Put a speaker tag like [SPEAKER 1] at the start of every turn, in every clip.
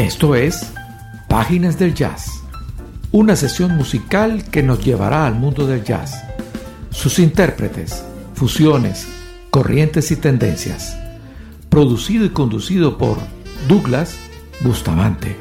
[SPEAKER 1] Esto es Páginas del Jazz, una sesión musical que nos llevará al mundo del jazz, sus intérpretes, fusiones, corrientes y tendencias. Producido y conducido por Douglas Bustamante.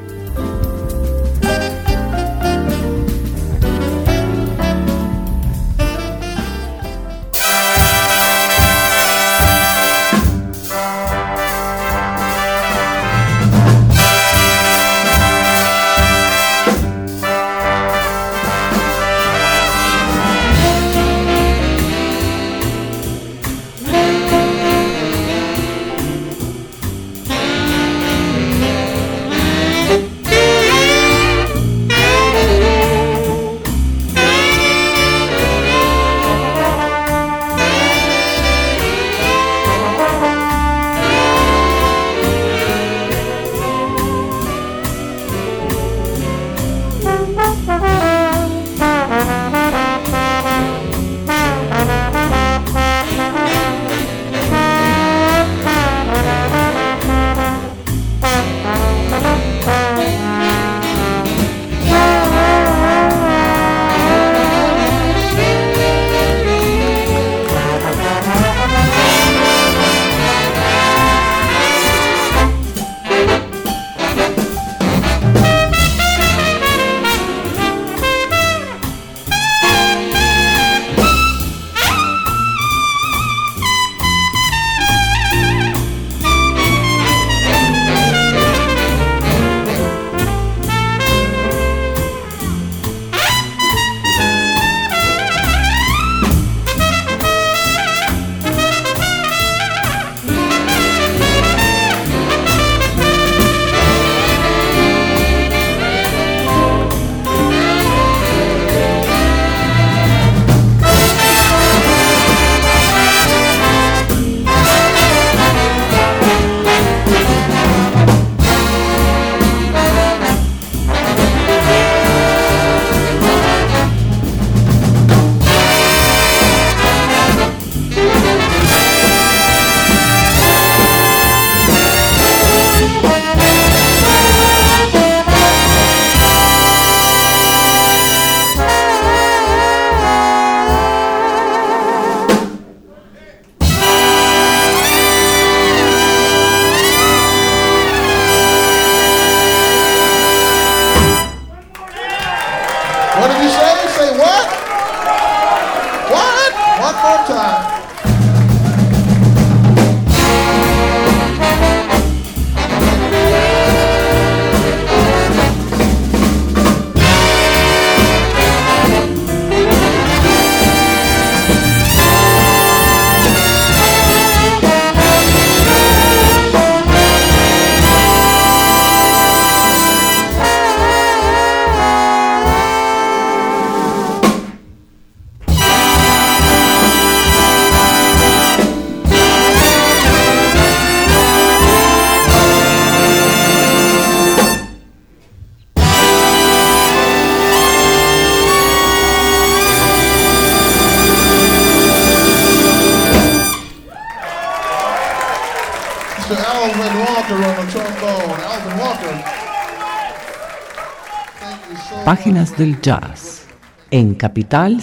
[SPEAKER 2] Páginas del Jazz, en Capital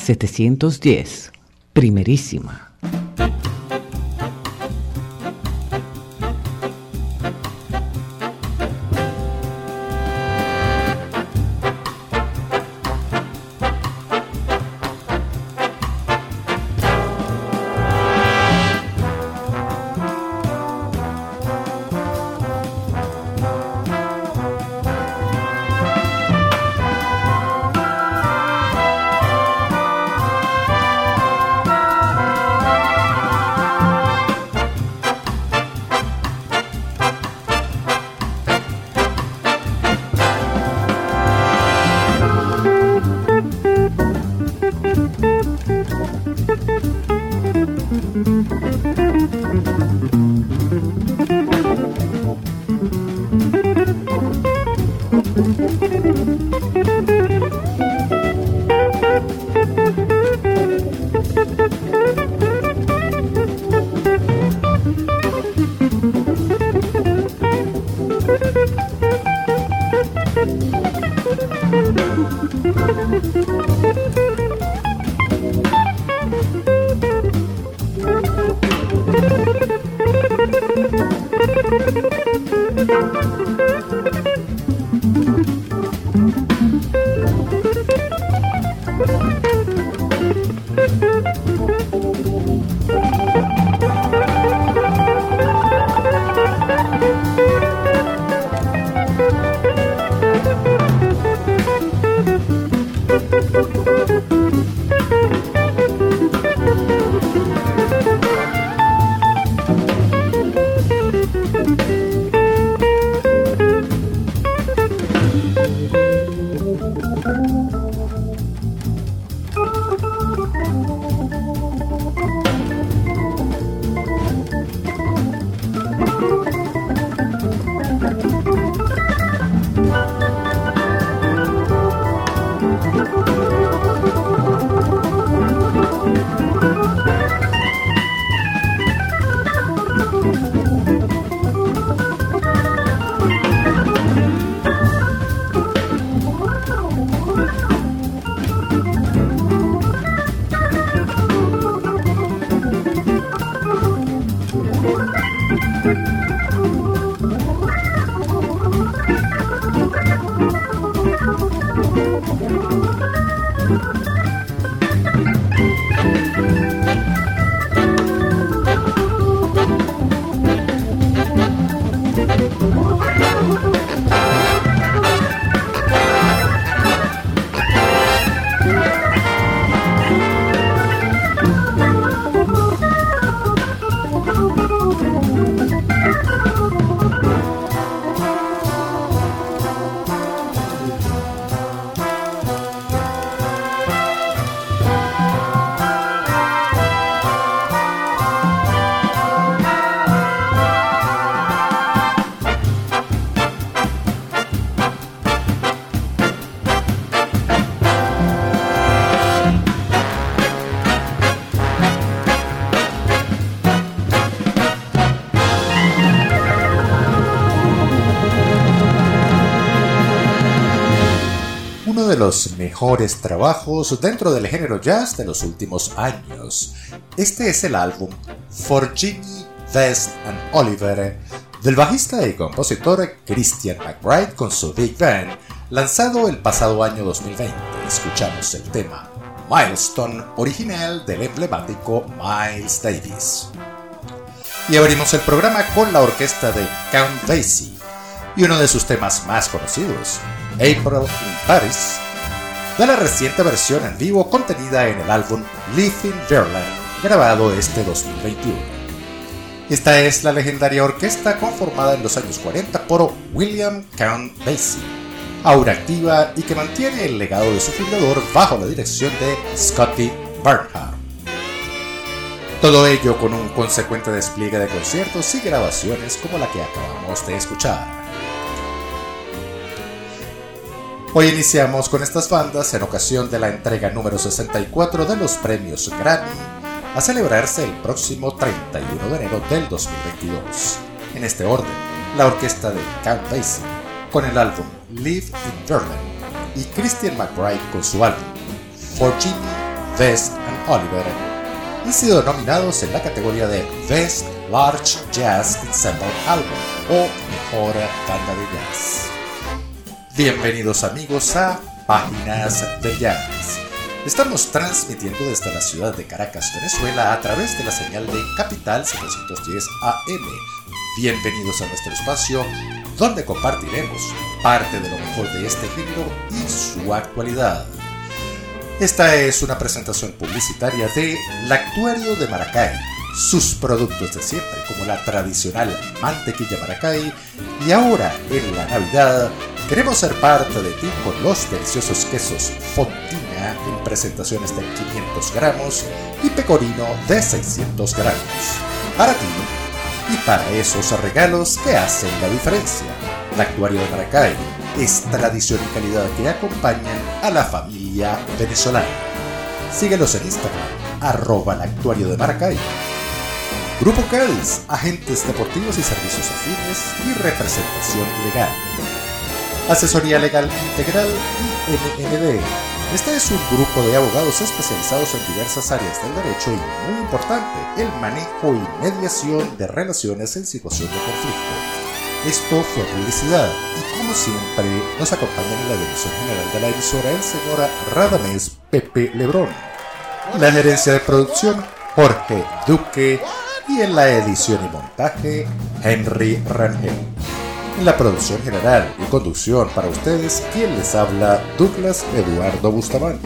[SPEAKER 2] 710, primerísima.
[SPEAKER 3] De los mejores trabajos dentro del género jazz de los últimos años. Este es el álbum For Jimmy, West and Oliver del bajista y compositor Christian McBride con su Big Band, lanzado el pasado año 2020. Escuchamos el tema Milestone, original del emblemático Miles Davis. Y abrimos el programa con la orquesta de Count Basie y uno de sus temas más conocidos, April in Paris, de la reciente versión en vivo contenida en el álbum Live in Berlin, grabado este 2021. Esta es la legendaria orquesta conformada en los años 40 por William Count Basie, aún activa y que mantiene el legado de su fundador bajo la dirección de Scotty Bernhardt. Todo ello con un consecuente despliegue de conciertos y grabaciones como la que acabamos de escuchar. Hoy iniciamos con estas bandas en ocasión de la entrega número 64 de los premios Grammy, a celebrarse el próximo 31 de enero del 2022. En este orden, la orquesta de Count Basie con el álbum Live in Berlin y Christian McBride con su álbum For Jimmy, West and Oliver han sido nominados en la categoría de Best Large Jazz Ensemble Album o Mejor Banda de Jazz. Bienvenidos amigos a Páginas del Jazz. Estamos transmitiendo desde la ciudad de Caracas, Venezuela, a través de la señal de Capital 710 AM. Bienvenidos a nuestro espacio, donde compartiremos parte de lo mejor de este género y su actualidad. Esta es una presentación publicitaria de Lactuario de Maracay, sus productos de siempre, como la tradicional mantequilla Maracay, y ahora, en la Navidad, queremos ser parte de ti con los deliciosos quesos Fontina en presentaciones de 500 gramos y pecorino de 600 gramos. Para ti y para esos regalos que hacen la diferencia. Lactuario de Maracay es tradición y calidad que acompañan a la familia venezolana. Síguelos en Instagram, @Lactuario de Maracay. Grupo Cádiz, agentes deportivos y servicios afines y representación legal. Asesoría legal integral y MND. Este es un grupo de abogados especializados en diversas áreas del derecho y, muy importante, el manejo y mediación de relaciones en situación de conflicto. Esto fue publicidad y, como siempre, nos acompaña en la dirección general de la emisora el señor Radamés Pepe Lebrón. En la gerencia de producción, Jorge Duque, y en la edición y montaje, Henry Rangel. En la producción general y conducción para ustedes, quien les habla, Douglas Eduardo Bustamante,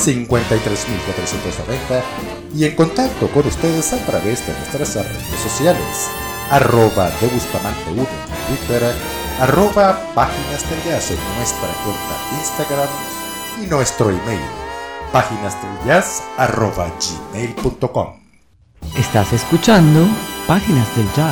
[SPEAKER 3] 53.490, y en contacto con ustedes a través de nuestras redes sociales, @debustamante1 en Twitter, @Páginas del Jazz en nuestra cuenta Instagram y nuestro email, páginasdeljazz@gmail.com.
[SPEAKER 2] Estás escuchando Páginas del Jazz.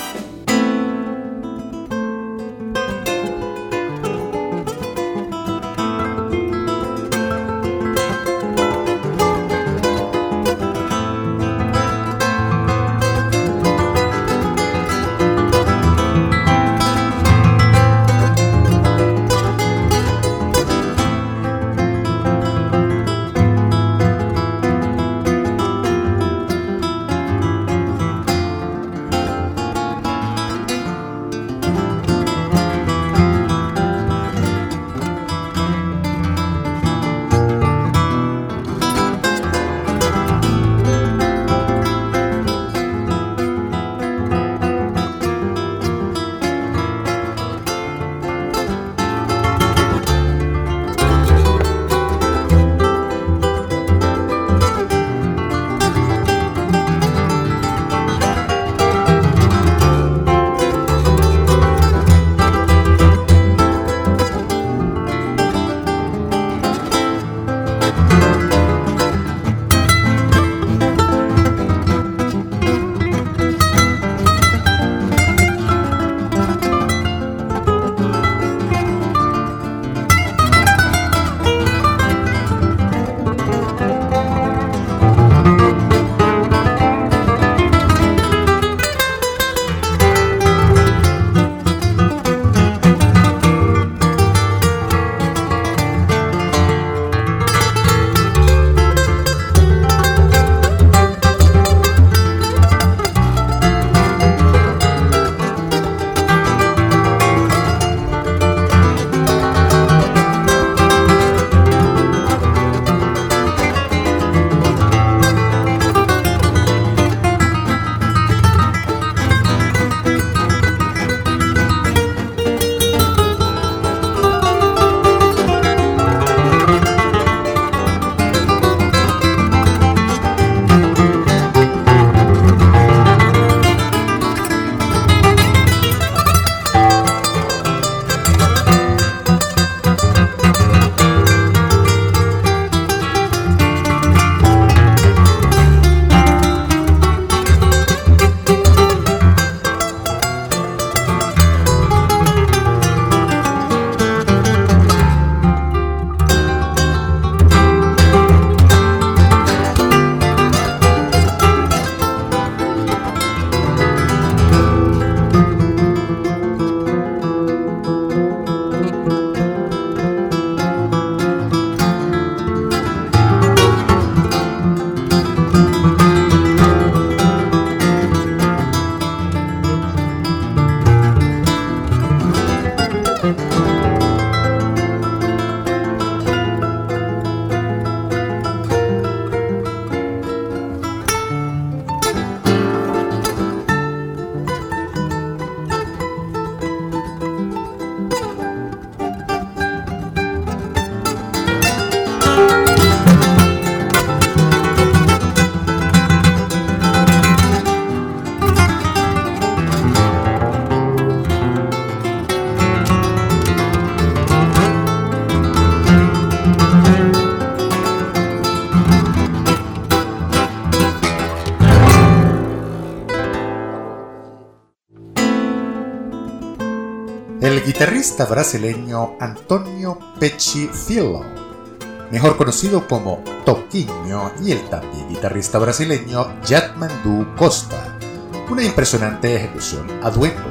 [SPEAKER 3] El guitarrista brasileño Antonio Pecci Filho, mejor conocido como Toquinho, y el también guitarrista brasileño Yatmandu Costa, una impresionante ejecución a dueto.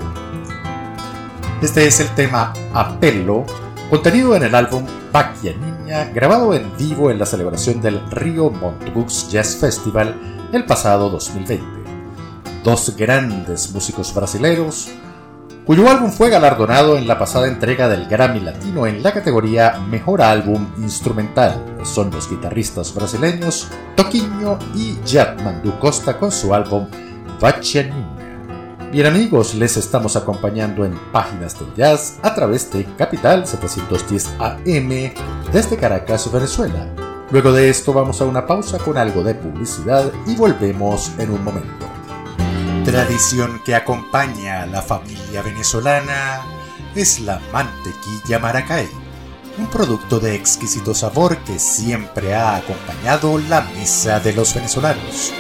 [SPEAKER 3] Este es el tema Apelo, contenido en el álbum Paquianinha, grabado en vivo en la celebración del Rio Montreux Jazz Festival el pasado 2020. Dos grandes músicos brasileños, cuyo álbum fue galardonado en la pasada entrega del Grammy Latino en la categoría Mejor Álbum Instrumental. Son los guitarristas brasileños Toquinho y Yatmandu Costa con su álbum Vachianinha. Bien amigos, les estamos acompañando en Páginas del Jazz a través de Capital 710 AM desde Caracas, Venezuela. Luego de esto vamos a una pausa con algo de publicidad y volvemos en un momento. Tradición que acompaña a la familia venezolana es la mantequilla Maracay, un producto de exquisito sabor que siempre ha acompañado la mesa de los venezolanos.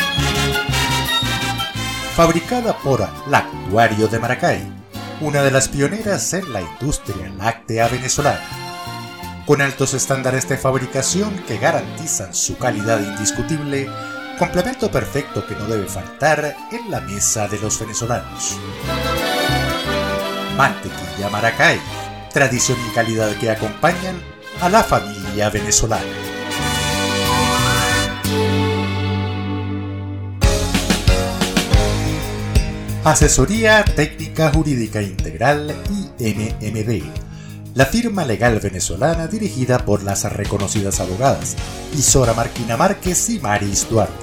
[SPEAKER 3] Fabricada por Lactuario de Maracay, una de las pioneras en la industria láctea venezolana, con altos estándares de fabricación que garantizan su calidad indiscutible, complemento perfecto que no debe faltar en la mesa de los venezolanos. Mantequilla Maracay, tradición y calidad que acompañan a la familia venezolana. Asesoría Técnica Jurídica Integral INMD, la firma legal venezolana dirigida por las reconocidas abogadas Isora Marquina Márquez y Maris Duarte.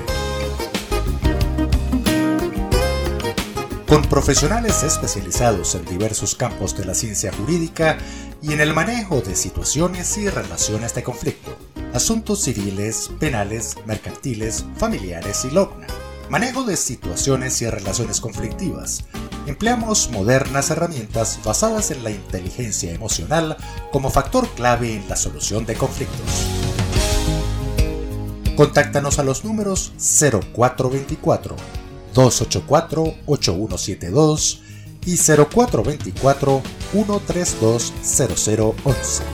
[SPEAKER 3] Con profesionales especializados en diversos campos de la ciencia jurídica y en el manejo de situaciones y relaciones de conflicto, asuntos civiles, penales, mercantiles, familiares y LOGNA. Manejo de situaciones y relaciones conflictivas. Empleamos modernas herramientas basadas en la inteligencia emocional como factor clave en la solución de conflictos. Contáctanos a los números 0424-284-8172 y 0424-132-0011.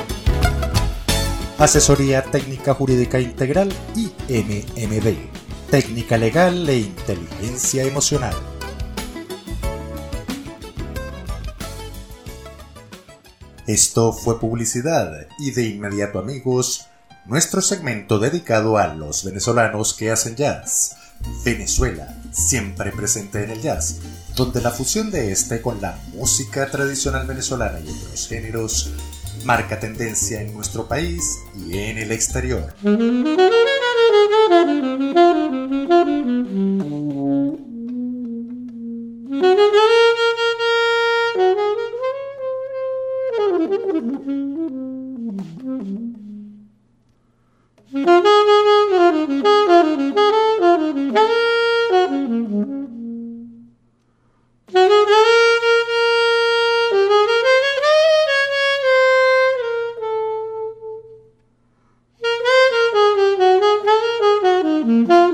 [SPEAKER 3] Asesoría Técnica Jurídica Integral INMD. Técnica legal e inteligencia emocional. Esto fue publicidad y de inmediato amigos, nuestro segmento dedicado a los venezolanos que hacen jazz. Venezuela, siempre presente en el jazz, donde la fusión de este con la música tradicional venezolana y otros géneros marca tendencia en nuestro país y en el exterior.
[SPEAKER 4] Mm-hmm.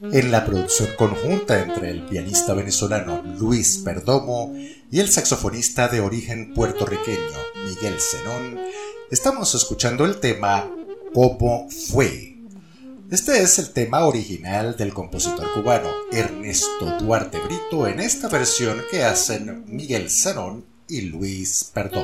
[SPEAKER 3] en la producción conjunta entre el pianista venezolano Luis Perdomo y el saxofonista de origen puertorriqueño Miguel Zenón, estamos escuchando el tema ¿Cómo fue? Este es el tema original del compositor cubano Ernesto Duarte Brito en esta versión que hacen Miguel Zenón y Luis Perdomo.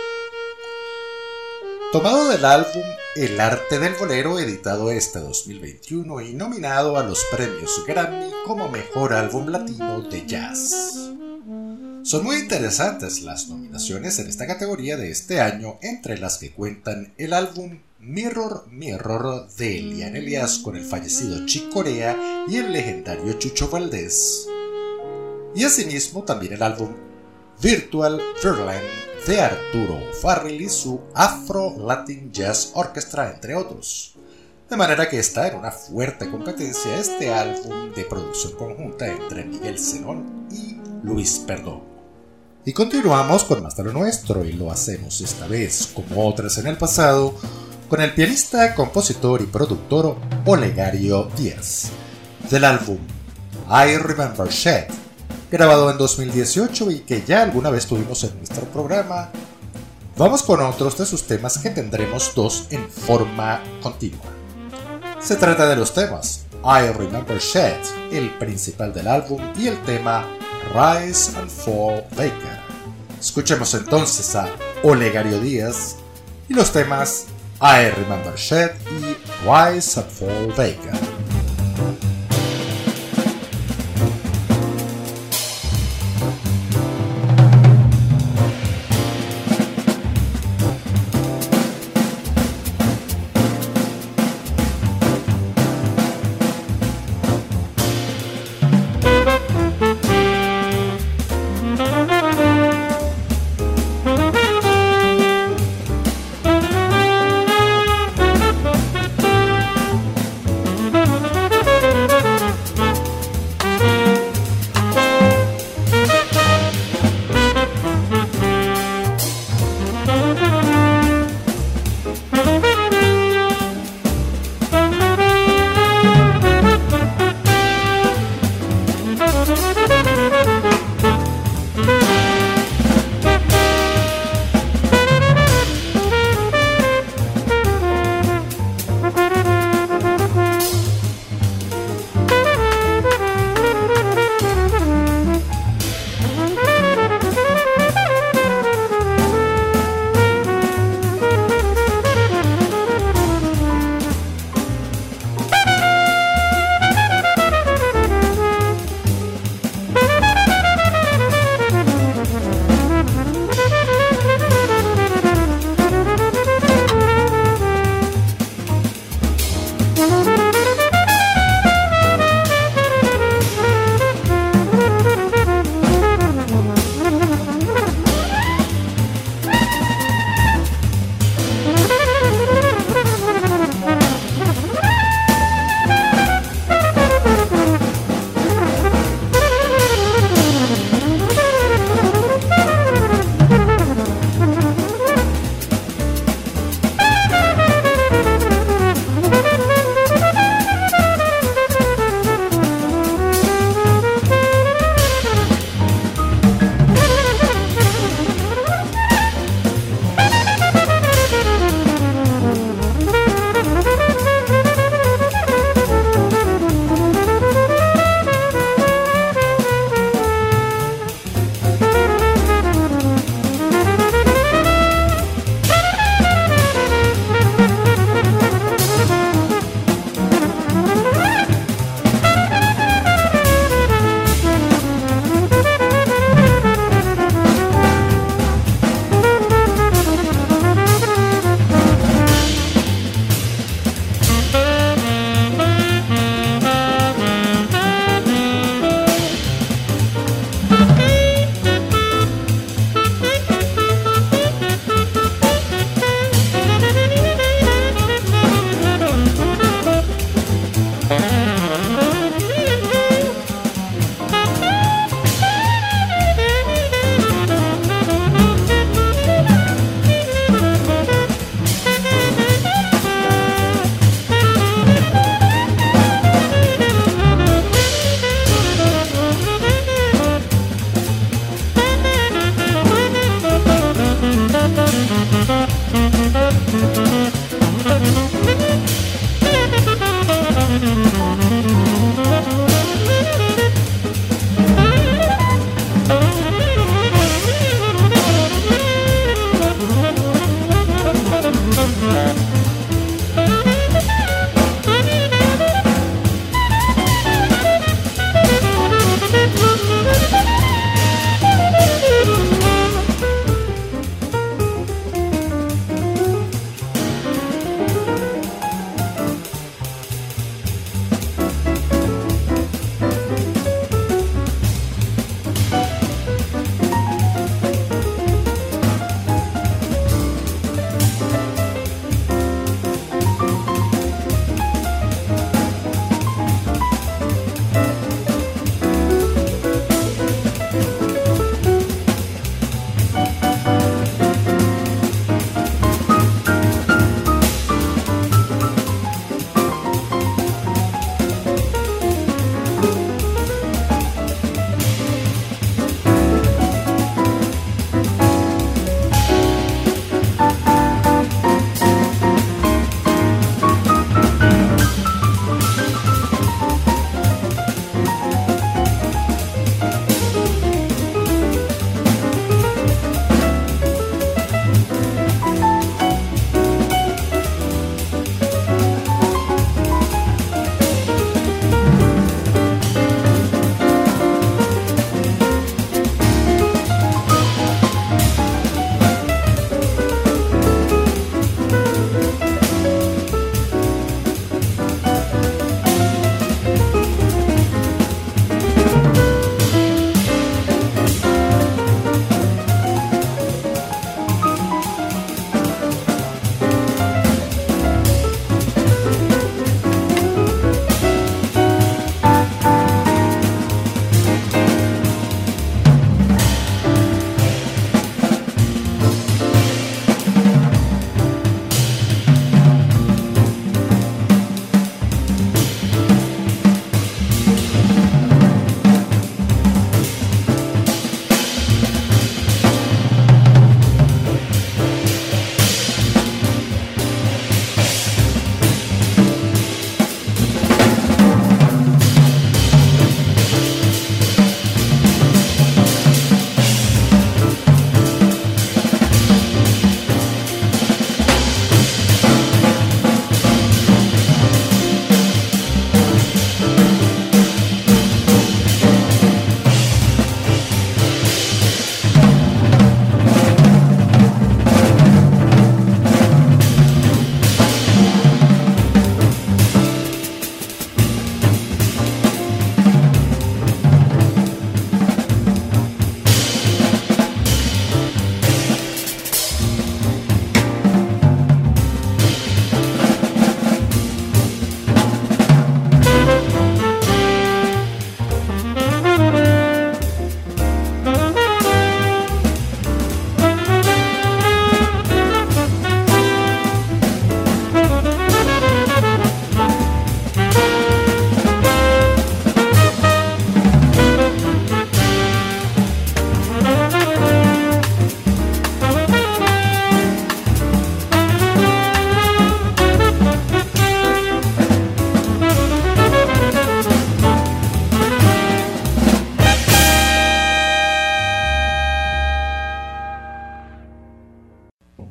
[SPEAKER 3] Tomado del álbum El arte del bolero, editado este 2021 y nominado a los premios Grammy como mejor álbum latino de jazz. Son muy interesantes las nominaciones en esta categoría de este año, entre las que cuentan el álbum Mirror Mirror de Elian Elias con el fallecido Chick Corea y el legendario Chucho Valdés, y asimismo también el álbum Virtual Furland de Arturo Farrell y su Afro Latin Jazz Orchestra, entre otros. De manera que está en una fuerte competencia este álbum de producción conjunta entre Miguel Zenón y Luis Perdomo. Y continuamos con más de lo nuestro, y lo hacemos esta vez, como otras en el pasado, con el pianista, compositor y productor Olegario Díaz, del álbum I Remember Shed, grabado en 2018 y que ya alguna vez tuvimos en nuestro programa. Vamos con otros de sus temas, que tendremos dos en forma continua. Se trata de los temas I Remember Shed, el principal del álbum, y el tema Rise and Fall Baker. Escuchemos entonces a Olegario Díaz y los temas I Remember Shed y Rise and Fall Baker.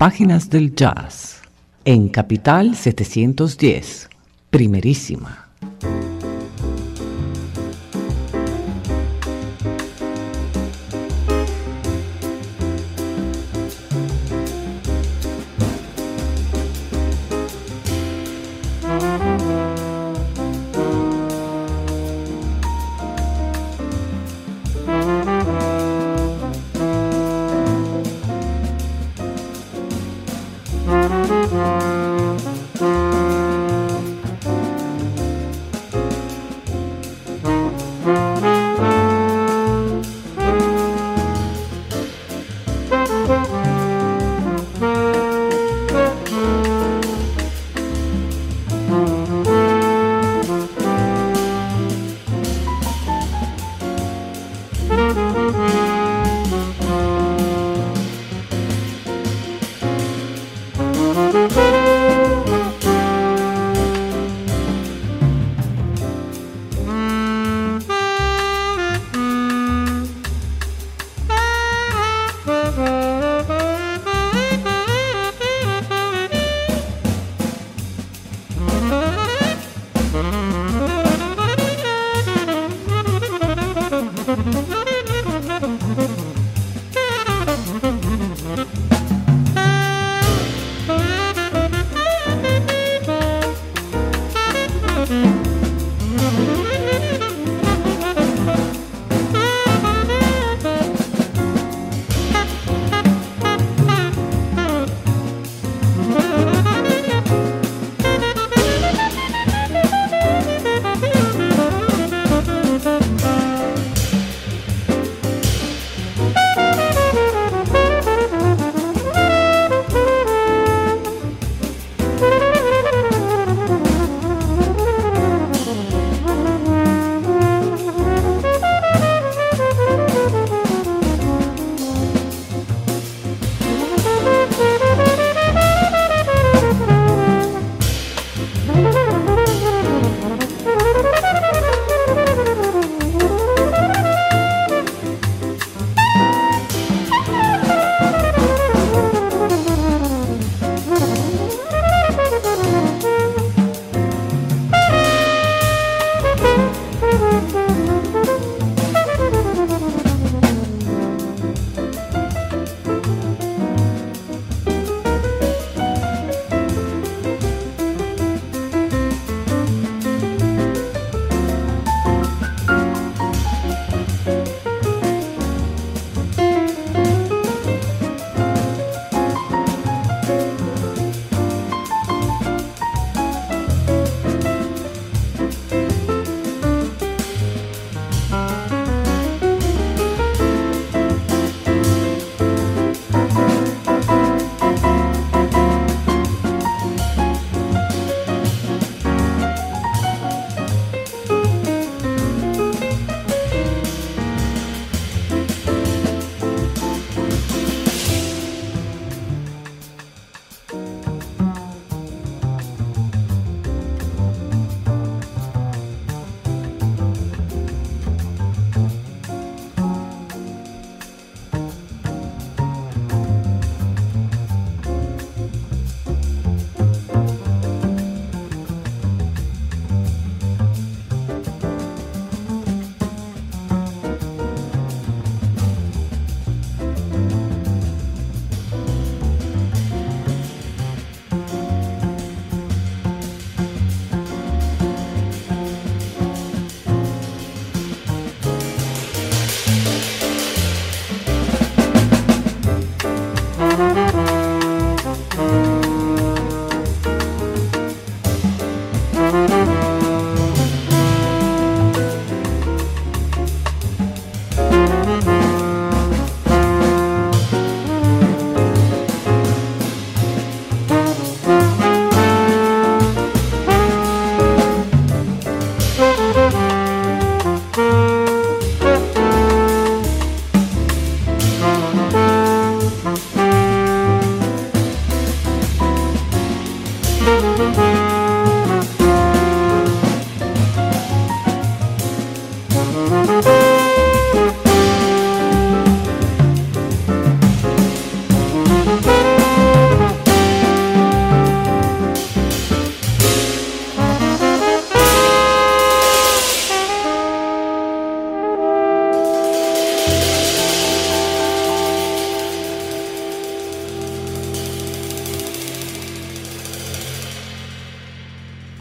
[SPEAKER 2] Páginas del Jazz, en Capital 710, primerísima.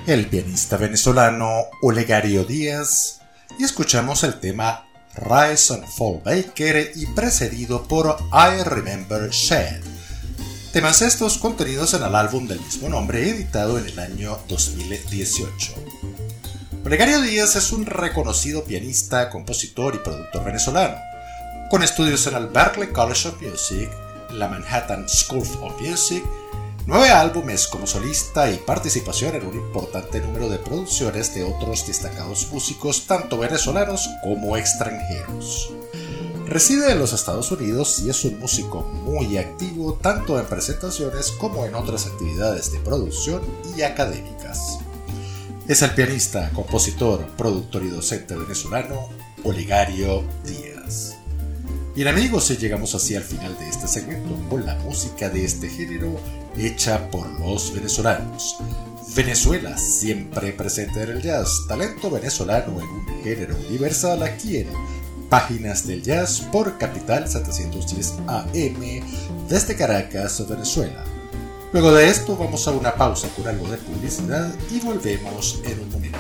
[SPEAKER 3] el pianista venezolano Olegario Díaz, y escuchamos el tema Rise and Fall Baker y precedido por I Remember Shed. Temas estos contenidos en el álbum del mismo nombre editado en el año 2018. Olegario Díaz es un reconocido pianista, compositor y productor venezolano, con estudios en el Berklee College of Music, la Manhattan School of Music, 9 álbumes como solista y participación en un importante número de producciones de otros destacados músicos tanto venezolanos como extranjeros. Reside en los Estados Unidos y es un músico muy activo tanto en presentaciones como en otras actividades de producción y académicas. Es el pianista, compositor, productor y docente venezolano Olegario Díaz. Bien amigos, y llegamos así al final de este segmento con la música de este género hecha por los venezolanos. Venezuela siempre presente en el jazz, talento venezolano en un género universal aquí en Páginas del Jazz por Capital 710 AM desde Caracas, Venezuela. Luego de esto vamos a una pausa con algo de publicidad y volvemos en un momento.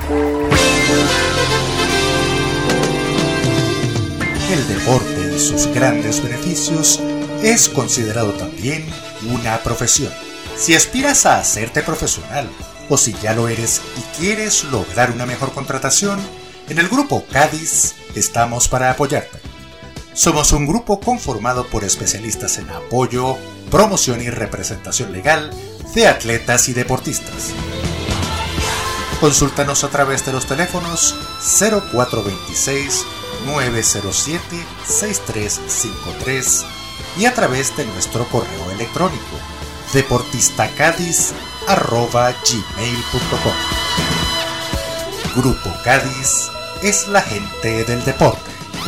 [SPEAKER 3] El deporte y sus grandes beneficios es considerado también una profesión. Si aspiras a hacerte profesional o si ya lo eres y quieres lograr una mejor contratación, en el Grupo Cádiz estamos para apoyarte. Somos un grupo conformado por especialistas en apoyo, promoción y representación legal de atletas y deportistas. Consúltanos a través de los teléfonos 0426-907-6353 y a través de nuestro correo electrónico deportistacadiz@gmail.com. Grupo Cádiz es la gente del deporte.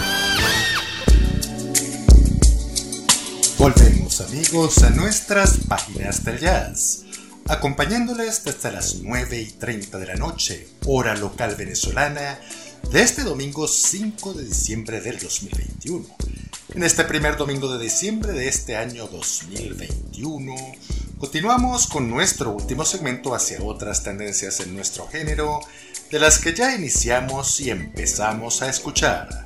[SPEAKER 3] Volvemos amigos a nuestras páginas del jazz, acompañándoles desde las 9:30 de la noche, hora local venezolana, de este domingo 5 de diciembre del 2021. En este primer domingo de diciembre de este año 2021, continuamos con nuestro último segmento hacia otras tendencias en nuestro género, de las que ya iniciamos y empezamos a escuchar.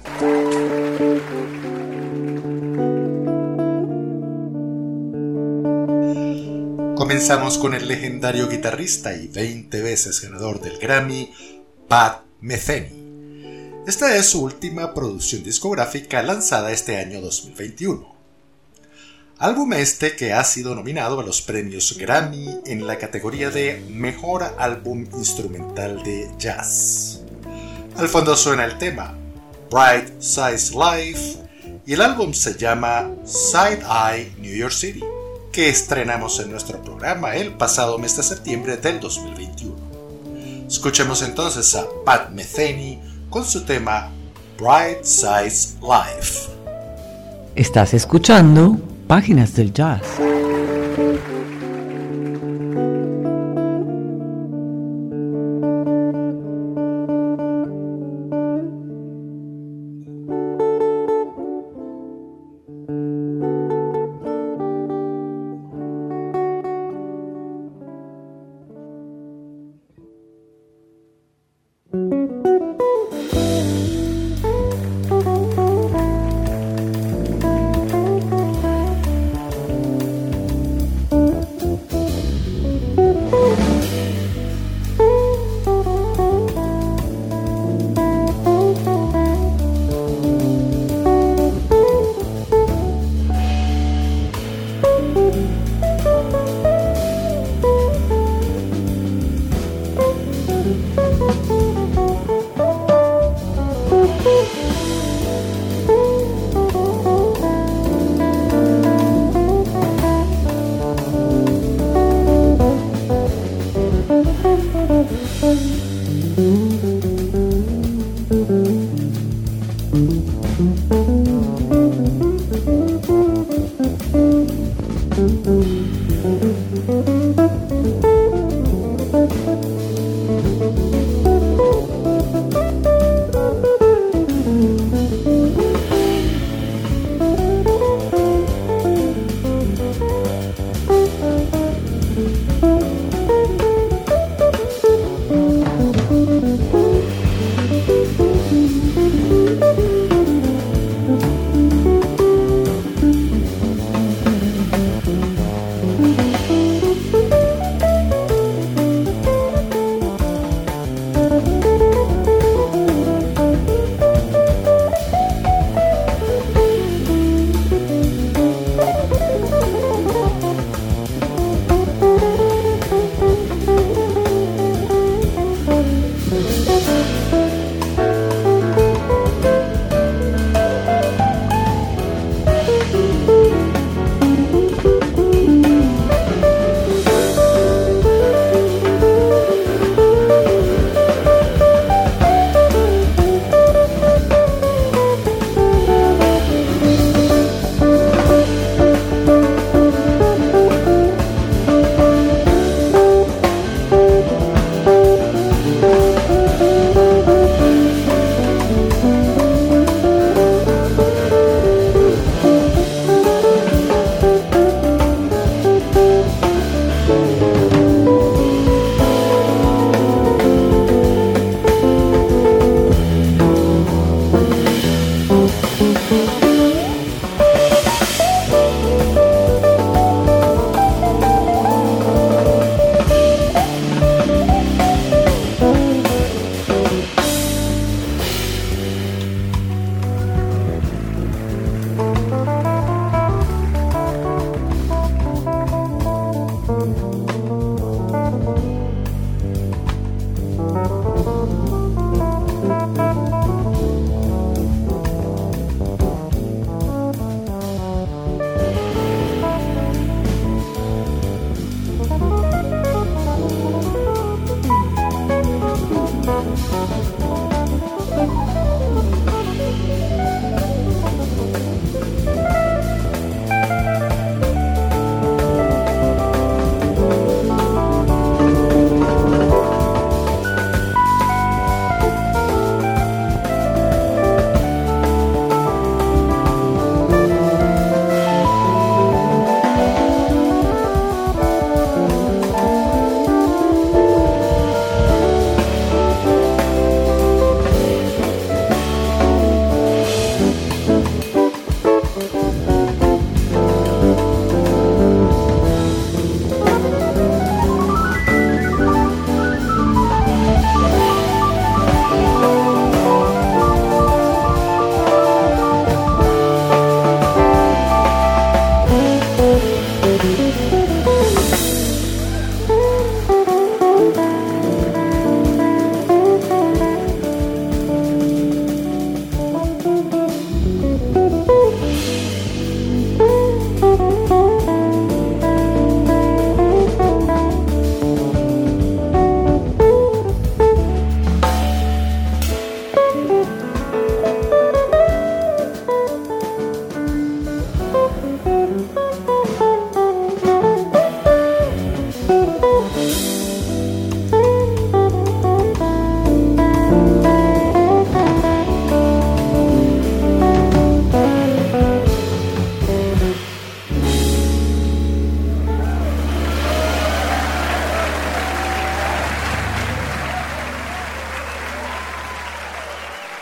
[SPEAKER 3] Comenzamos con el legendario guitarrista y 20 veces ganador del Grammy, Pat Metheny. Esta es su última producción discográfica lanzada este año 2021. Álbum este que ha sido nominado a los premios Grammy en la categoría de Mejor Álbum Instrumental de Jazz. Al fondo suena el tema Bright Size Life y el álbum se llama Side Eye New York City, que estrenamos en nuestro programa el pasado mes de septiembre del 2021. Escuchemos entonces a Pat Metheny con su tema Bright Size Life.
[SPEAKER 2] Estás escuchando Páginas del Jazz.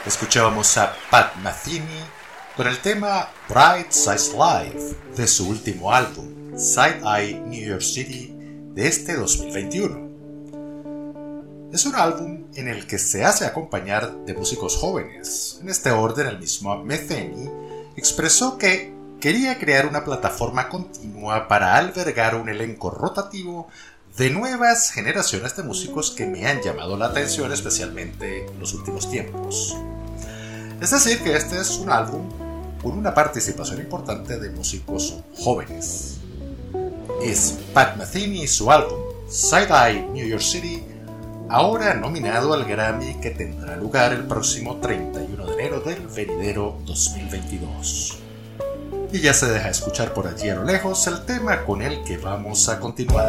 [SPEAKER 3] Escuchábamos a Pat Metheny con el tema Bright Size Live de su último álbum, Side Eye New York City, de este 2021. Es un álbum en el que se hace acompañar de músicos jóvenes. En este orden, el mismo Metheny expresó que quería crear una plataforma continua para albergar un elenco rotativo de nuevas generaciones de músicos que me han llamado la atención, especialmente en los últimos tiempos. Es decir, que este es un álbum con una participación importante de músicos jóvenes. Es Pat Metheny y su álbum Side Eye New York City, ahora nominado al Grammy, que tendrá lugar el próximo 31 de enero del venidero 2022. Y ya se deja escuchar por allí a lo lejos el tema con el que vamos a continuar.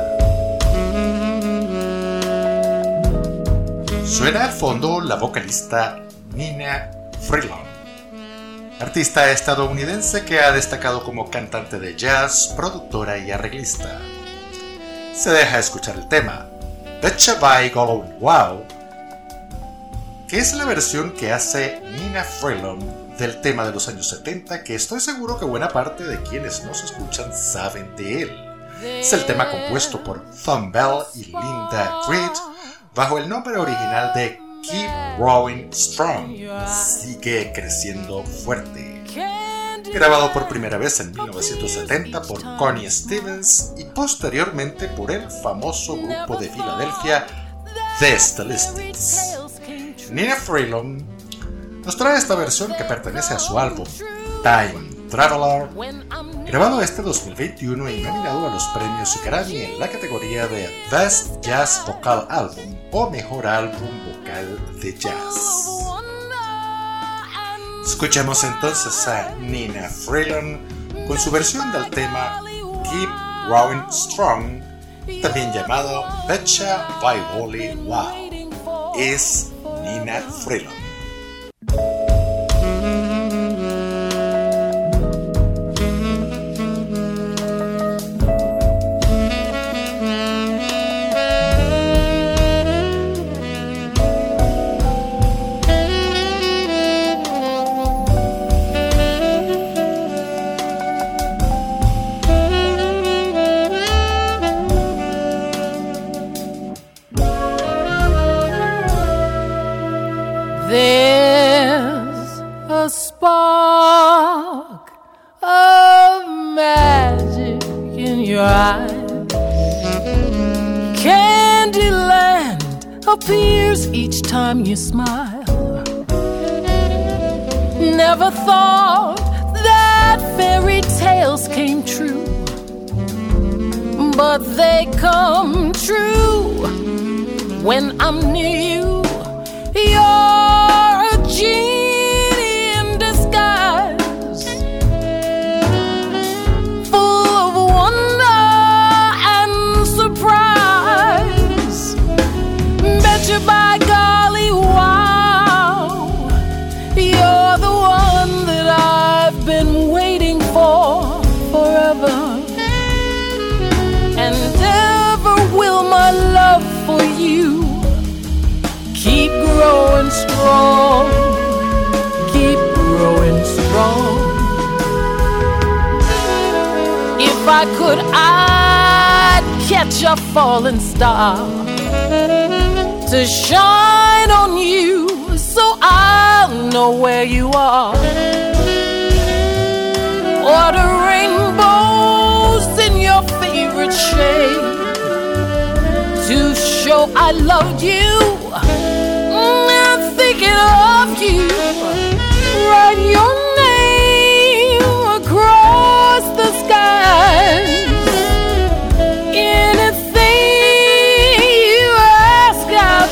[SPEAKER 3] Suena al fondo la vocalista Nina Freeland, artista estadounidense que ha destacado como cantante de jazz, productora y arreglista. Se deja escuchar el tema Betcha by Golden Wow, que es la versión que hace Nina Freeland del tema de los años 70, que estoy seguro que buena parte de quienes nos escuchan saben de él. Es el tema compuesto por Thom Bell y Linda Creed bajo el nombre original de Keep Growing Strong, sigue creciendo fuerte. Grabado por primera vez en 1970 por Connie Stevens y posteriormente por el famoso grupo de Filadelfia The Stylistics. Nina Freeland nos trae esta versión que pertenece a su álbum Time Traveler, grabado este 2021 y nominado a los premios Grammy en la categoría de Best Jazz Vocal Album o Mejor Álbum Vocal de Jazz. Escuchemos entonces a Nina Freeland con su versión del tema Keep Growing Strong, también llamado Betcha by Wally Wow. Es Nina Freeland.
[SPEAKER 4] There's a spark of magic in your eyes. Candyland appears each time you smile. Never thought that fairy tales came true, but they come true when I'm near you. You're a genie in disguise, full of wonder and surprise. Betcha by golly, wow, you're the one that I've been waiting for forever. And ever will my love for you keep growing strong, keep growing strong. If I could, I'd catch a falling star to shine on you so I'll know where you are. Order rainbows in your favorite shade to show I loved you. I'm thinking of you. Write your name across the skies. Anything you ask, I'll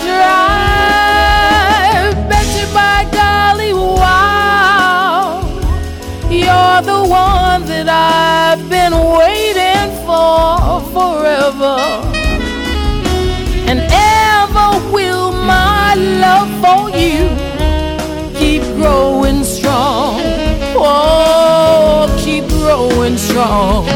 [SPEAKER 4] try. Betcha by golly, wow, you're the one that I've been waiting for forever. And ever will my love for you keep growing strong. Oh, keep growing strong.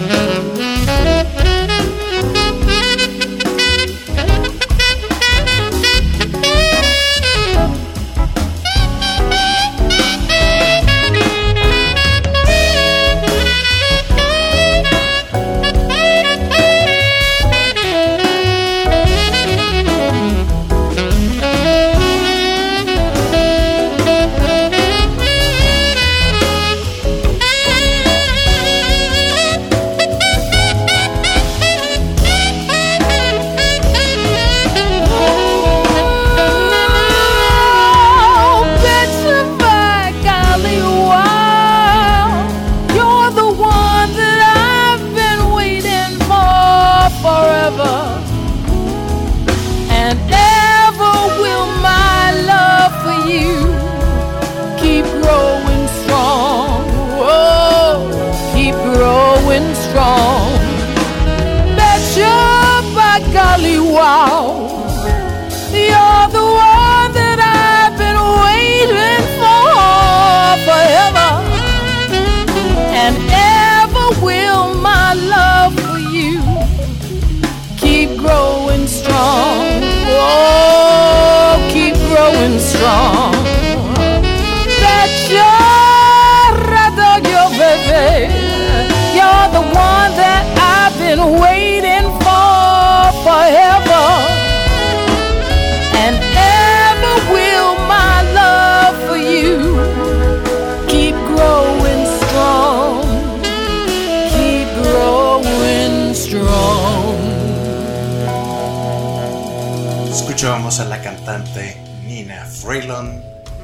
[SPEAKER 3] Escuchábamos a la cantante Nina Freeland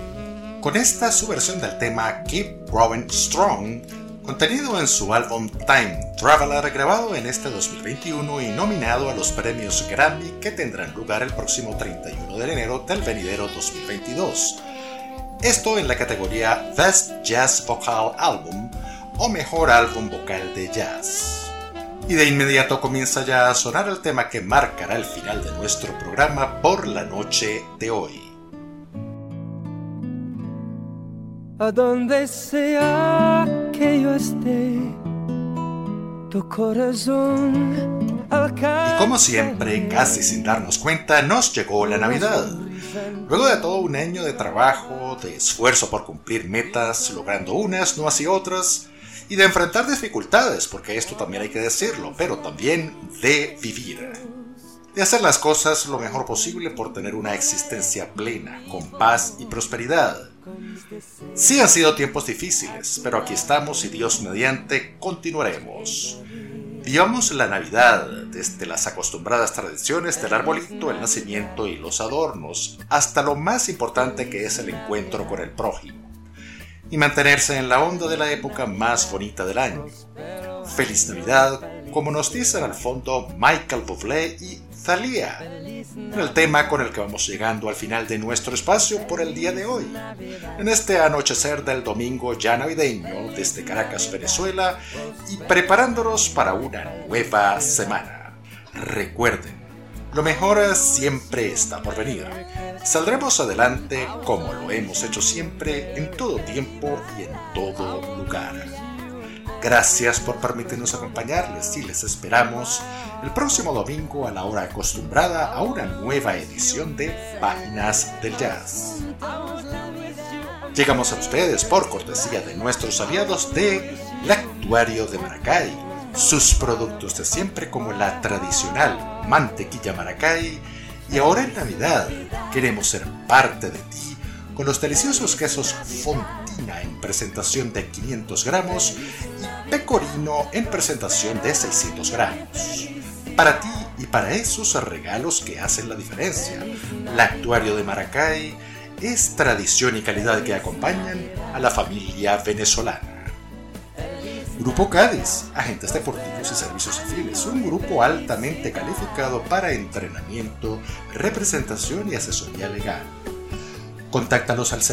[SPEAKER 3] con esta su versión del tema Keep Growing Strong, contenido en su álbum Time Traveler, grabado en este 2021 y nominado a los premios Grammy que tendrán lugar el próximo 31 de enero del venidero 2022. Esto en la categoría Best Jazz Vocal Album o Mejor Álbum Vocal de Jazz. Y de inmediato comienza ya a sonar el tema que marcará el final de nuestro programa por la noche de hoy.
[SPEAKER 5] A donde sea que yo esté, tu corazón alcanza.
[SPEAKER 3] Y como siempre, casi sin darnos cuenta, nos llegó la Navidad. Luego de todo un año de trabajo, de esfuerzo por cumplir metas, logrando unas, no así otras, y de enfrentar dificultades, porque esto también hay que decirlo, pero también de vivir. De hacer las cosas lo mejor posible por tener una existencia plena, con paz y prosperidad. Sí han sido tiempos difíciles, pero aquí estamos y Dios mediante continuaremos. Vivamos la Navidad desde las acostumbradas tradiciones del arbolito, el nacimiento y los adornos, hasta lo más importante que es el encuentro con el prójimo. Y mantenerse en la onda de la época más bonita del año. Feliz Navidad, como nos dicen al fondo Michael Bublé y Thalía, en el tema con el que vamos llegando al final de nuestro espacio por el día de hoy, en este anochecer del domingo ya navideño desde Caracas, Venezuela, y preparándonos para una nueva semana. Recuerden, lo mejor siempre está por venir. Saldremos adelante como lo hemos hecho siempre, en todo tiempo y en todo lugar. Gracias por permitirnos acompañarles y les esperamos el próximo domingo a la hora acostumbrada a una nueva edición de Páginas del Jazz. Llegamos a ustedes por cortesía de nuestros aliados de Lactuario de Maracay, sus productos de siempre como la tradicional mantequilla Maracay, y ahora en Navidad queremos ser parte de ti con los deliciosos quesos Fontina en presentación de 500 gramos y Pecorino en presentación de 600 gramos. Para ti y para esos regalos que hacen la diferencia, Lactuario de Maracay es tradición y calidad que acompañan a la familia venezolana. Grupo Cádiz, agentes deportivos y servicios civiles, un grupo altamente calificado para entrenamiento, representación y asesoría legal. Contáctanos al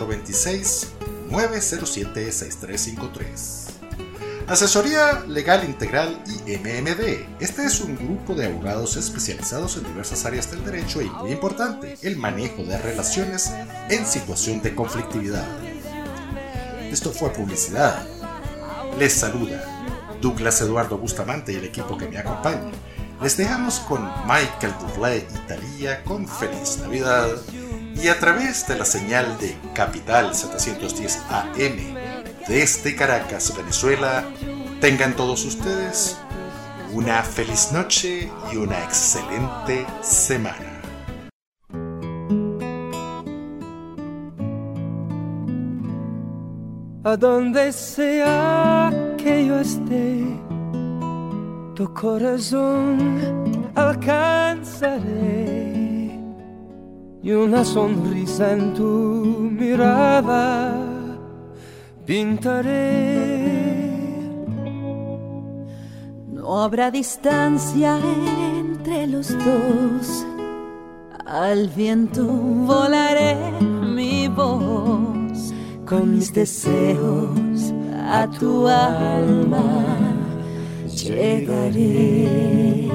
[SPEAKER 3] 0426-907-6353. Asesoría Legal Integral y MMD. Este es un grupo de abogados especializados en diversas áreas del derecho y, muy importante, el manejo de relaciones en situación de conflictividad. Esto fue publicidad. Les saluda Douglas Eduardo Bustamante y el equipo que me acompaña. Les dejamos con Michael Bublé y Thalía con Feliz Navidad, y a través de la señal de Capital 710 AM desde Caracas, Venezuela, tengan todos ustedes una feliz noche y una excelente semana.
[SPEAKER 5] A donde sea que yo esté, tu corazón alcanzaré y una sonrisa en tu mirada pintaré.
[SPEAKER 6] No habrá distancia entre los dos, al viento volaré mi voz, con mis deseos a tu alma llegaré.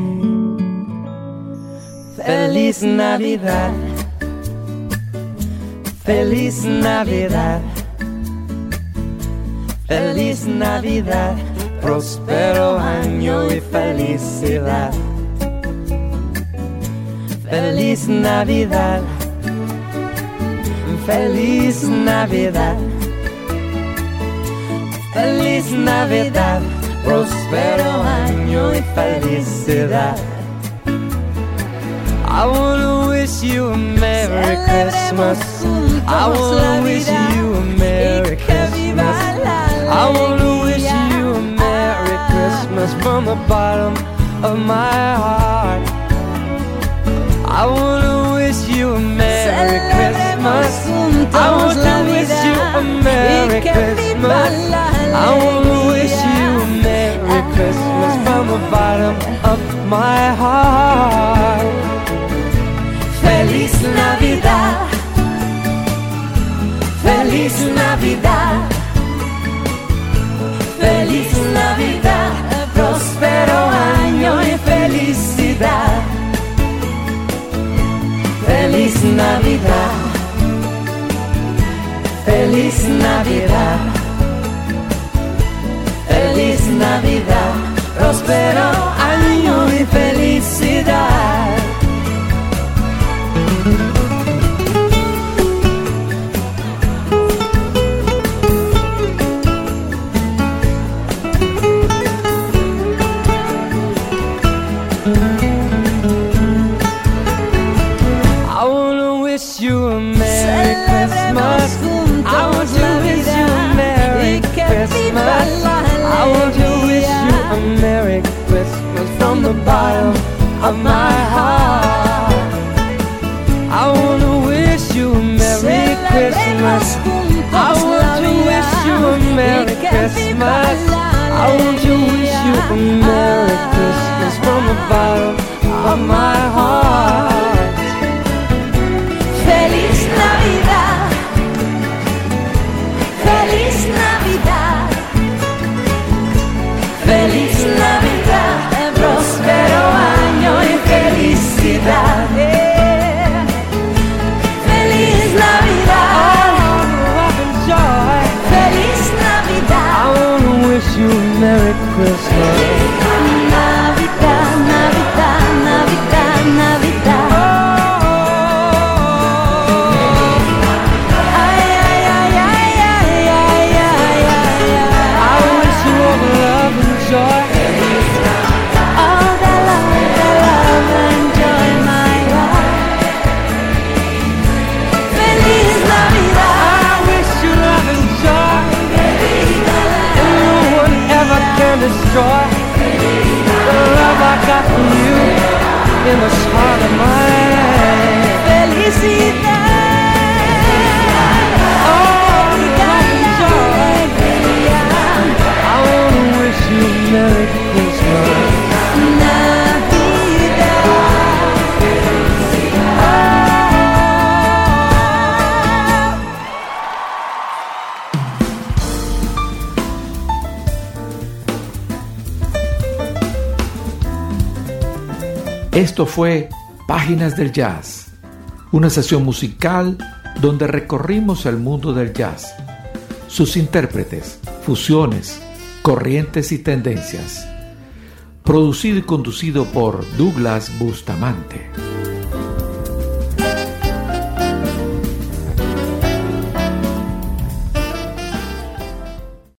[SPEAKER 6] Feliz Navidad, feliz Navidad, feliz Navidad, próspero año y felicidad. Feliz Navidad, feliz Navidad, feliz Navidad, próspero año y felicidad. I wanna wish you a Merry Christmas. I wanna wish you a Merry Christmas. I wanna wish you a Merry Christmas from the bottom of my heart. I wanna wish you a Merry Christmas. I want to wish you a Merry Christmas. I wanna wish you a Merry Christmas from the bottom of my heart. Feliz Navidad, feliz Navidad, feliz Navidad, próspero año y felicidad. Feliz Navidad, feliz Navidad, feliz Navidad, próspero año y felicidad. From the bottom of my heart, I wanna wish you a Merry Christmas. I want to wish you a Merry Christmas. I want to wish you a Merry Christmas from the bottom of my heart. Feliz Navidad, feliz Navidad, feliz Navidad, próspero año y felicidad. Feliz Navidad, feliz Navidad. I wanna wish you a Merry Christmas. Navidad, Navidad, Navidad, Navidad. Ay, ay, ay, ay, ay, ay, ay, ay. I wish you all the love and joy. Destroy the love I got from you in the heart of mine. Felicidad, oh, joy. I wanna wish you a Merry Christmas.
[SPEAKER 1] Esto fue Páginas del Jazz, una sesión musical donde recorrimos el mundo del jazz, sus intérpretes, fusiones, corrientes y tendencias. Producido y conducido por Douglas Bustamante.